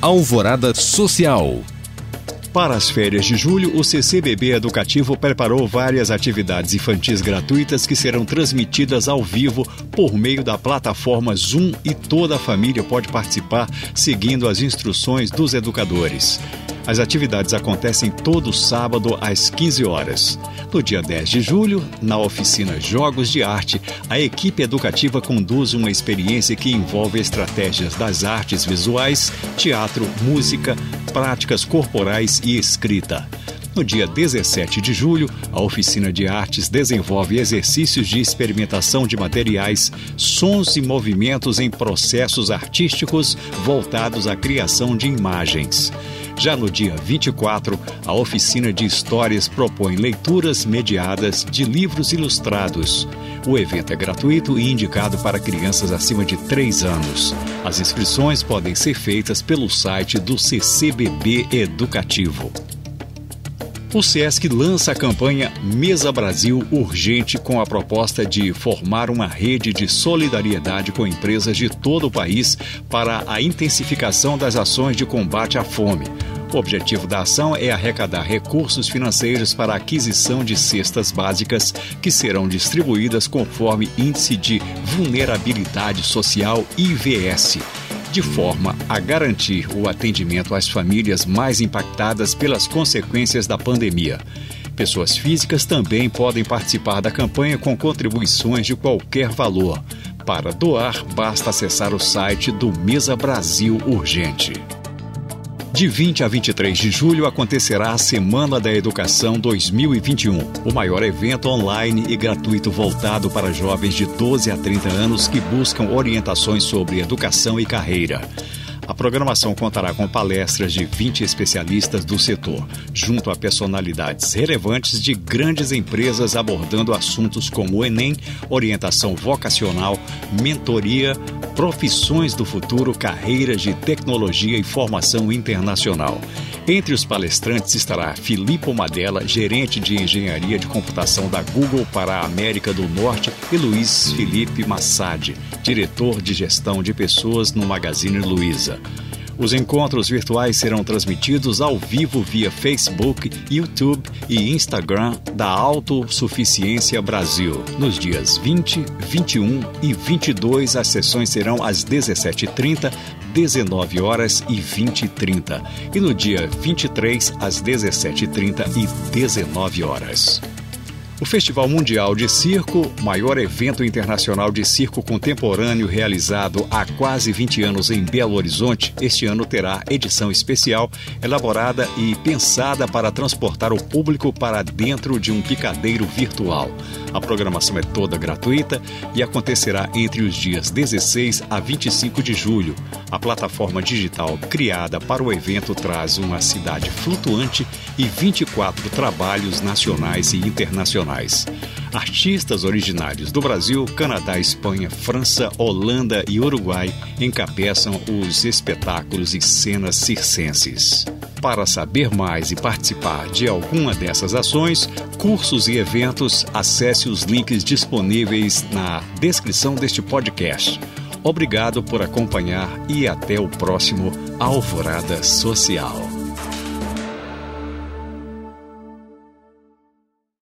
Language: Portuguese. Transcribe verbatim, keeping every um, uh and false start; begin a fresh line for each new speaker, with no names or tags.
Alvorada Social.
Para as férias de julho, o C C B B Educativo preparou várias atividades infantis gratuitas que serão transmitidas ao vivo por meio da plataforma Zoom e toda a família pode participar seguindo as instruções dos educadores. As atividades acontecem todo sábado às quinze horas. No dia dez de julho, na oficina Jogos de Arte, a equipe educativa conduz uma experiência que envolve estratégias das artes visuais, teatro, música, práticas corporais e escrita. No dia dezessete de julho, a oficina de artes desenvolve exercícios de experimentação de materiais, sons e movimentos em processos artísticos voltados à criação de imagens. Já no dia vinte e quatro, a oficina de histórias propõe leituras mediadas de livros ilustrados. O evento é gratuito e indicado para crianças acima de três anos. As inscrições podem ser feitas pelo site do C C B B Educativo. O SESC lança a campanha Mesa Brasil Urgente com a proposta de formar uma rede de solidariedade com empresas de todo o país para a intensificação das ações de combate à fome. O objetivo da ação é arrecadar recursos financeiros para a aquisição de cestas básicas que serão distribuídas conforme Índice de Vulnerabilidade Social I V S, de forma a garantir o atendimento às famílias mais impactadas pelas consequências da pandemia. Pessoas físicas também podem participar da campanha com contribuições de qualquer valor. Para doar, basta acessar o site do Mesa Brasil Urgente. De vinte a vinte e três de julho acontecerá a Semana da Educação dois mil e vinte e um, o maior evento online e gratuito voltado para jovens de doze a trinta anos que buscam orientações sobre educação e carreira. A programação contará com palestras de vinte especialistas do setor, junto a personalidades relevantes de grandes empresas abordando assuntos como o Enem, orientação vocacional, mentoria, profissões do futuro, carreiras de tecnologia e formação internacional. Entre os palestrantes estará Filipe Madela, gerente de engenharia de computação da Google para a América do Norte, e Luiz Felipe Massad, diretor de gestão de pessoas no Magazine Luiza. Os encontros virtuais serão transmitidos ao vivo via Facebook, YouTube e Instagram da Autossuficiência Brasil. Nos dias vinte, vinte e um e vinte e dois, as sessões serão às dezessete e trinta, dezenove horas e vinte e trinta. E no dia vinte e três, às dezessete e trinta e dezenove horas. O Festival Mundial de Circo, maior evento internacional de circo contemporâneo realizado há quase vinte anos em Belo Horizonte, este ano terá edição especial, elaborada e pensada para transportar o público para dentro de um picadeiro virtual. A programação é toda gratuita e acontecerá entre os dias dezesseis a vinte e cinco de julho. A plataforma digital criada para o evento traz uma cidade flutuante e vinte e quatro trabalhos nacionais e internacionais. Artistas originários do Brasil, Canadá, Espanha, França, Holanda e Uruguai encabeçam os espetáculos e cenas circenses. Para saber mais e participar de alguma dessas ações, cursos e eventos, acesse os links disponíveis na descrição deste podcast. Obrigado por acompanhar e até o próximo Alvorada Social.